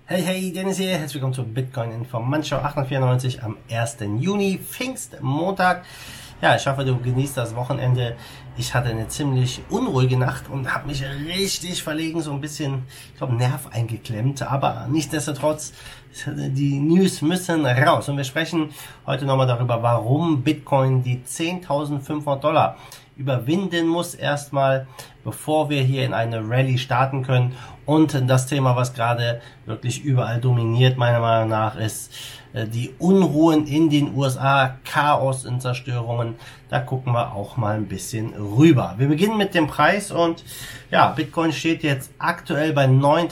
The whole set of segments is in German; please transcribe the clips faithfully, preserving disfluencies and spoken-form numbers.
Hey, hey, Dennis hier, herzlich willkommen zur Bitcoin Information achthundertvierundneunzig am ersten Juni, Pfingstmontag. Ja, ich hoffe, du genießt das Wochenende. Ich hatte eine ziemlich unruhige Nacht und habe mich richtig verlegen, so ein bisschen, ich glaube, Nerv eingeklemmt. Aber nichtsdestotrotz, die News müssen raus. Und wir sprechen heute nochmal darüber, warum Bitcoin die zehntausendfünfhundert Dollar überwinden muss erstmal, bevor wir hier in eine Rallye starten können. Und das Thema, was gerade wirklich überall dominiert, meiner Meinung nach, ist die Unruhen in den U S A, Chaos und Zerstörungen. Da gucken wir auch mal ein bisschen rüber. Wir beginnen mit dem Preis und ja, Bitcoin steht jetzt aktuell bei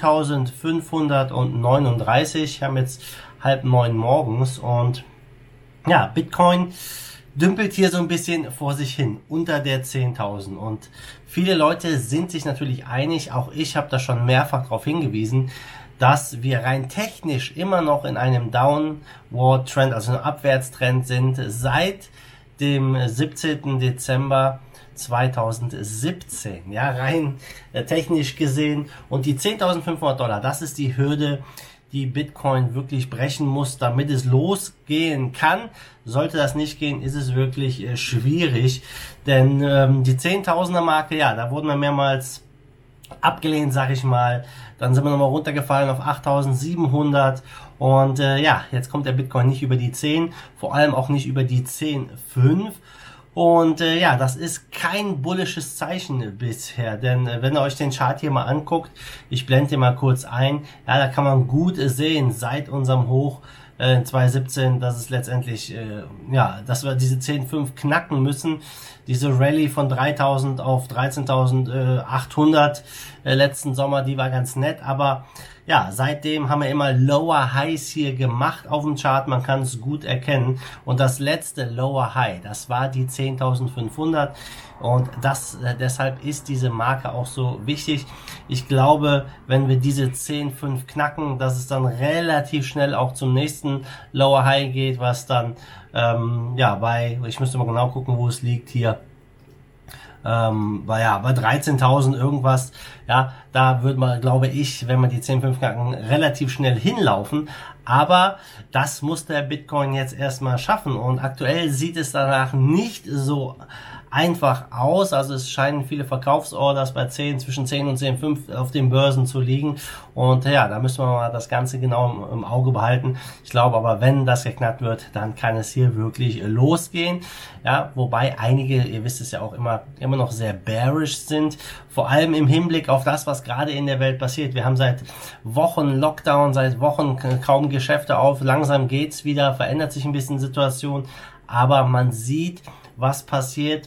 neuntausendfünfhundertneununddreißig. Wir haben jetzt halb neun morgens und ja, Bitcoin dümpelt hier so ein bisschen vor sich hin, unter der zehntausend. Und viele Leute sind sich natürlich einig, auch ich habe da schon mehrfach darauf hingewiesen, dass wir rein technisch immer noch in einem Downward Trend, also einem Abwärtstrend sind, seit dem siebzehnten Dezember zweitausendsiebzehn. Ja, rein äh, technisch gesehen. Und die zehntausendfünfhundert Dollar, das ist die Hürde, die Bitcoin wirklich brechen muss, damit es losgehen kann. Sollte das nicht gehen, ist es wirklich äh, schwierig, denn ähm, die zehntausender Marke, ja, da wurden wir mehrmals abgelehnt, sag ich mal. Dann sind wir nochmal runtergefallen auf achttausendsiebenhundert und äh, ja, jetzt kommt der Bitcoin nicht über die zehn, vor allem auch nicht über die zehn Komma fünf. Und äh, ja, das ist kein bullisches Zeichen bisher, denn äh, wenn ihr euch den Chart hier mal anguckt, ich blende den mal kurz ein, ja, da kann man gut äh, sehen, seit unserem Hoch äh, in zweitausendsiebzehn, dass es letztendlich, äh, ja, dass wir diese zehn Komma fünf knacken müssen. Diese Rallye von dreitausend auf dreizehntausendachthundert äh, letzten Sommer, die war ganz nett, aber ja, seitdem haben wir immer Lower Highs hier gemacht auf dem Chart, man kann es gut erkennen. Und das letzte Lower High, das war die zehntausendfünfhundert und das äh, deshalb ist diese Marke auch so wichtig. Ich glaube, wenn wir diese zehn Komma fünf knacken, dass es dann relativ schnell auch zum nächsten Lower High geht, was dann ähm, ja bei, ich müsste mal genau gucken, wo es liegt hier. Ähm, bei, ja, bei dreizehntausend irgendwas, ja, da wird man, glaube ich, wenn man die zehn Komma fünf knacken, relativ schnell hinlaufen, aber das muss der Bitcoin jetzt erstmal schaffen und aktuell sieht es danach nicht so einfach aus, also es scheinen viele Verkaufsorders bei zehn, zwischen zehn und zehn Komma fünf auf den Börsen zu liegen und ja, da müssen wir mal das Ganze genau im, im Auge behalten. Ich glaube aber, wenn das geknackt wird, dann kann es hier wirklich losgehen, ja, wobei einige, ihr wisst es ja auch immer, immer noch sehr bearish sind, vor allem im Hinblick auf das, was gerade in der Welt passiert. Wir haben seit Wochen Lockdown, seit Wochen kaum Geschäfte auf, langsam geht's wieder, verändert sich ein bisschen die Situation, aber man sieht, was passiert,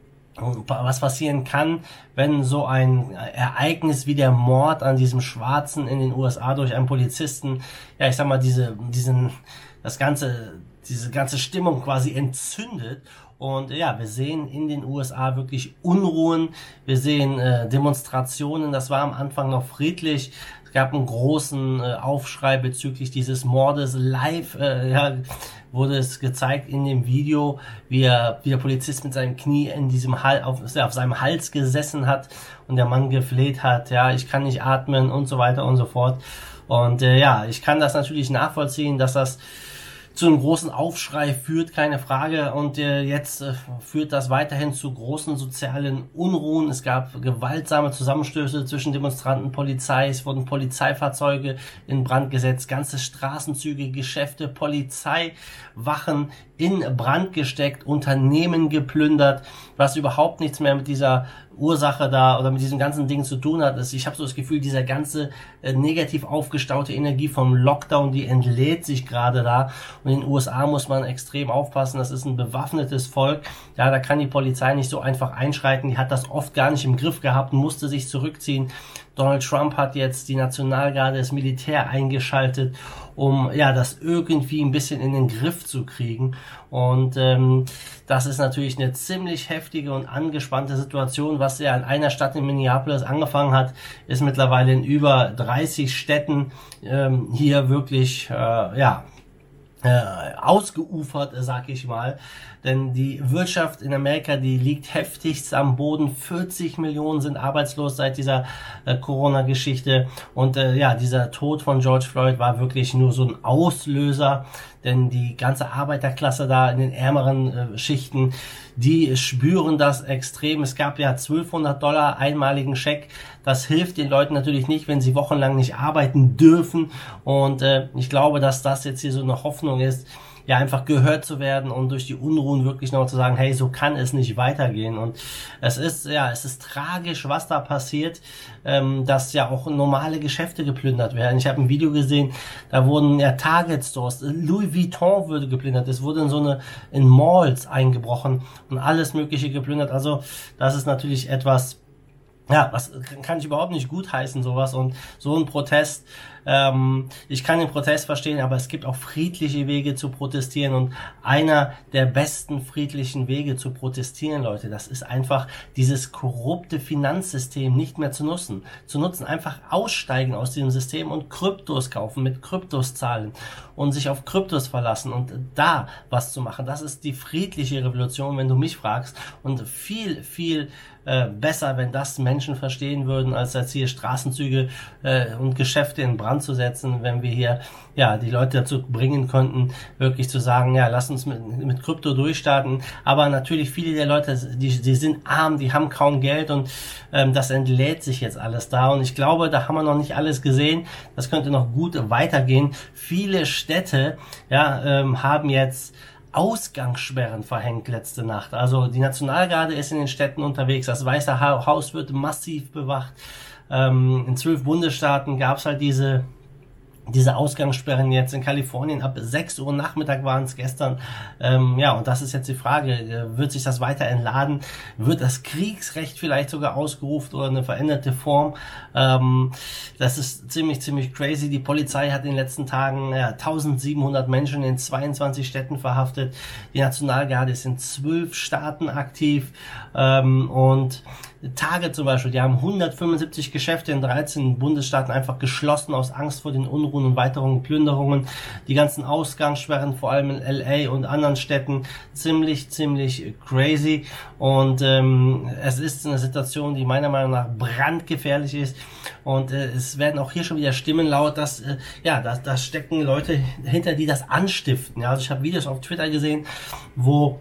was passieren kann, wenn so ein Ereignis wie der Mord an diesem Schwarzen in den U S A durch einen Polizisten, ja, ich sag mal, diese, diesen, das ganze, diese ganze Stimmung quasi entzündet. Und ja, wir sehen in den U S A wirklich Unruhen, wir sehen äh, Demonstrationen, das war am Anfang noch friedlich. Es gab einen großen äh, Aufschrei bezüglich dieses Mordes. Live äh, ja, wurde es gezeigt in dem Video, wie, er, wie der Polizist mit seinem Knie in diesem Hals, auf, ja, auf seinem Hals gesessen hat und der Mann gefleht hat, ja, ich kann nicht atmen und so weiter und so fort. Und äh, ja, ich kann das natürlich nachvollziehen, dass das zu einem großen Aufschrei führt, keine Frage. Und äh, jetzt äh, führt das weiterhin zu großen sozialen Unruhen. Es gab gewaltsame Zusammenstöße zwischen Demonstranten, Polizei. Es wurden Polizeifahrzeuge in Brand gesetzt, ganze Straßenzüge, Geschäfte, Polizeiwachen in Brand gesteckt, Unternehmen geplündert, was überhaupt nichts mehr mit dieser Ursache da oder mit diesem ganzen Ding zu tun hat. Ich habe so das Gefühl, dieser ganze äh, negativ aufgestaute Energie vom Lockdown, die entlädt sich gerade da. Und in den U S A muss man extrem aufpassen. Das ist ein bewaffnetes Volk. Ja, da kann die Polizei nicht so einfach einschreiten. Die hat das oft gar nicht im Griff gehabt und musste sich zurückziehen. Donald Trump hat jetzt die Nationalgarde, das Militär eingeschaltet, um ja das irgendwie ein bisschen in den Griff zu kriegen. Und ähm, das ist natürlich eine ziemlich heftige und angespannte Situation, was ja in einer Stadt in Minneapolis angefangen hat, ist mittlerweile in über dreißig Städten ähm, hier wirklich äh, ja äh, ausgeufert, äh, sag ich mal. Denn die Wirtschaft in Amerika, die liegt heftigst am Boden. vierzig Millionen sind arbeitslos seit dieser äh, Corona-Geschichte. Und äh, ja, dieser Tod von George Floyd war wirklich nur so ein Auslöser. Denn die ganze Arbeiterklasse da in den ärmeren äh, Schichten, die spüren das extrem. Es gab ja zwölfhundert Dollar einmaligen Scheck. Das hilft den Leuten natürlich nicht, wenn sie wochenlang nicht arbeiten dürfen. Und äh, ich glaube, dass das jetzt hier so eine Hoffnung ist, ja, einfach gehört zu werden und durch die Unruhen wirklich noch zu sagen, hey, so kann es nicht weitergehen. Und es ist, ja, es ist tragisch, was da passiert, ähm, dass ja auch normale Geschäfte geplündert werden. Ich habe ein Video gesehen, da wurden ja Target Stores, Louis Vuitton wurde geplündert, es wurde in so eine, in Malls eingebrochen und alles Mögliche geplündert. Also, das ist natürlich etwas, ja, was kann ich überhaupt nicht gutheißen, sowas. Und so ein Protest, ähm, ich kann den Protest verstehen, aber es gibt auch friedliche Wege zu protestieren. Und einer der besten friedlichen Wege zu protestieren, Leute, das ist einfach dieses korrupte Finanzsystem nicht mehr zu nutzen. Zu nutzen, einfach aussteigen aus diesem System und Kryptos kaufen, mit Kryptos zahlen und sich auf Kryptos verlassen und da was zu machen. Das ist die friedliche Revolution, wenn du mich fragst. Und viel, viel äh, besser, wenn das Menschen verstehen würden, als jetzt hier Straßenzüge äh, und Geschäfte in Brand zu setzen, wenn wir hier ja die Leute dazu bringen könnten, wirklich zu sagen, ja, lass uns mit, mit Krypto durchstarten. Aber natürlich viele der Leute, die, die sind arm, die haben kaum Geld und ähm, das entlädt sich jetzt alles da. Und ich glaube, da haben wir noch nicht alles gesehen. Das könnte noch gut weitergehen. Viele Städte ja ähm, haben jetzt Ausgangssperren verhängt letzte Nacht. Also die Nationalgarde ist in den Städten unterwegs. Das Weiße Haus wird massiv bewacht. Ähm, in zwölf Bundesstaaten gab es halt diese diese Ausgangssperren jetzt in Kalifornien. Ab sechs Uhr Nachmittag waren es gestern. Ähm, ja, und das ist jetzt die Frage, wird sich das weiter entladen? Wird das Kriegsrecht vielleicht sogar ausgerufen oder eine veränderte Form? Ähm, das ist ziemlich, ziemlich crazy. Die Polizei hat in den letzten Tagen ja, eintausendsiebenhundert Menschen in zweiundzwanzig Städten verhaftet. Die Nationalgarde ist in zwölf Staaten aktiv. Ähm, und Target zum Beispiel, die haben hundertfünfundsiebzig Geschäfte in dreizehn Bundesstaaten einfach geschlossen aus Angst vor den Unruhen und weiteren Plünderungen. Die ganzen Ausgangssperren, vor allem in L A und anderen Städten, ziemlich, ziemlich crazy. Und ähm, es ist eine Situation, die meiner Meinung nach brandgefährlich ist. Und äh, es werden auch hier schon wieder Stimmen laut, dass äh, ja, da, da stecken Leute hinter, die das anstiften. Ja, also ich habe Videos auf Twitter gesehen, wo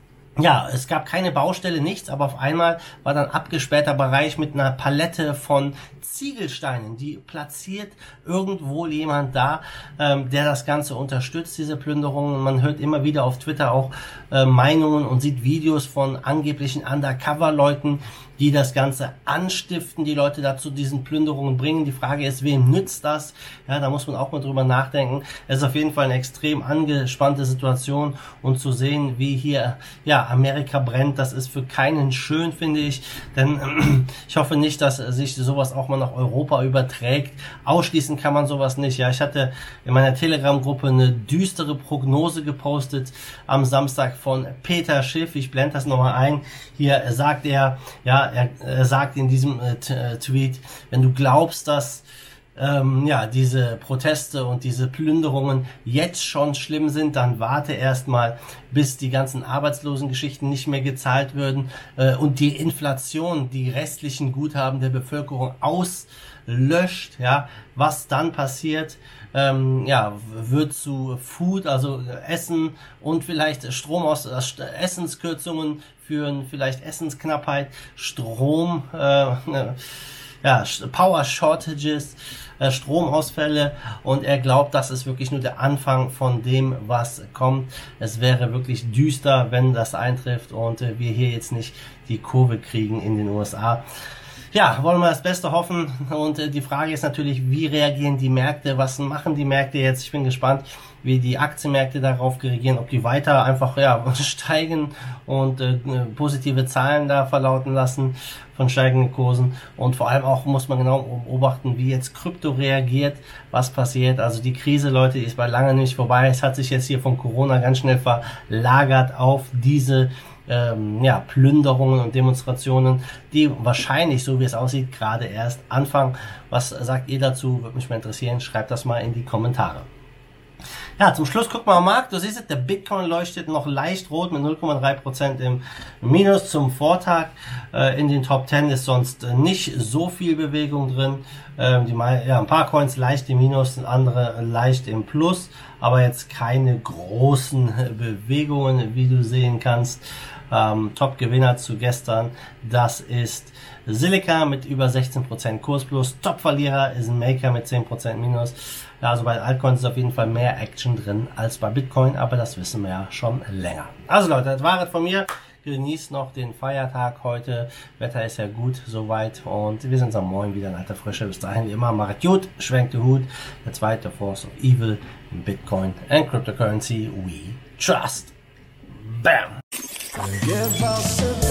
ja, es gab keine Baustelle, nichts, aber auf einmal war dann abgesperrter Bereich mit einer Palette von Ziegelsteinen, die platziert irgendwo jemand da, ähm, der das Ganze unterstützt, diese Plünderungen. Man hört immer wieder auf Twitter auch äh, Meinungen und sieht Videos von angeblichen Undercover-Leuten, die das Ganze anstiften, die Leute dazu diesen Plünderungen bringen. Die Frage ist, wem nützt das? Ja, da muss man auch mal drüber nachdenken. Es ist auf jeden Fall eine extrem angespannte Situation und zu sehen, wie hier ja Amerika brennt, das ist für keinen schön, finde ich. Denn äh, ich hoffe nicht, dass sich sowas auch mal nach Europa überträgt. Ausschließen kann man sowas nicht. Ja, ich hatte in meiner Telegram-Gruppe eine düstere Prognose gepostet am Samstag von Peter Schiff. Ich blende das nochmal ein. Hier sagt er, ja, er, er sagt in diesem äh, Tweet, wenn du glaubst, dass ähm, ja diese Proteste und diese Plünderungen jetzt schon schlimm sind, dann warte erstmal, bis die ganzen Arbeitslosengeschichten nicht mehr gezahlt würden äh, und die Inflation, die restlichen Guthaben der Bevölkerung auslöscht. Ja, was dann passiert, ähm, ja, wird zu Food, also Essen und vielleicht Strom aus äh, Essenskürzungen führen, vielleicht Essensknappheit, Strom, äh, ja, Power Shortages, äh, Stromausfälle, und er glaubt, das ist wirklich nur der Anfang von dem, was kommt. Es wäre wirklich düster, wenn das eintrifft und äh, wir hier jetzt nicht die Kurve kriegen in den U S A. Ja, wollen wir das Beste hoffen, und äh, die Frage ist natürlich, wie reagieren die Märkte, was machen die Märkte jetzt? Ich bin gespannt, wie die Aktienmärkte darauf reagieren, ob die weiter einfach ja steigen und äh, positive Zahlen da verlauten lassen von steigenden Kursen, und vor allem auch muss man genau beobachten, wie jetzt Krypto reagiert, was passiert. Also die Krise, Leute, ist bei lange nicht vorbei. Es hat sich jetzt hier von Corona ganz schnell verlagert auf diese Ähm, ja, Plünderungen und Demonstrationen, die wahrscheinlich, so wie es aussieht, gerade erst anfangen. Was sagt ihr dazu? Würde mich mal interessieren. Schreibt das mal in die Kommentare. Ja, zum Schluss gucken wir am Markt. Du siehst, der Bitcoin leuchtet noch leicht rot mit null Komma drei Prozent im Minus zum Vortag. Äh, in den Top zehn ist sonst nicht so viel Bewegung drin. Ähm, die, ja, ein paar Coins leicht im Minus, andere leicht im Plus, aber jetzt keine großen Bewegungen, wie du sehen kannst. Ähm, Top-Gewinner zu gestern, das ist Silica mit über sechzehn Prozent Kurs plus. Top-Verlierer ist ein Maker mit zehn Prozent Minus. Ja, also bei Altcoins ist auf jeden Fall mehr Action drin als bei Bitcoin, aber das wissen wir ja schon länger. Also Leute, das war es von mir. Genießt noch den Feiertag heute. Wetter ist ja gut soweit und wir sind am Morgen wieder in alter Frische. Bis dahin wie immer, macht gut, schwenkt den Hut. Der zweite Force of Evil, Bitcoin and Cryptocurrency we trust. Bam!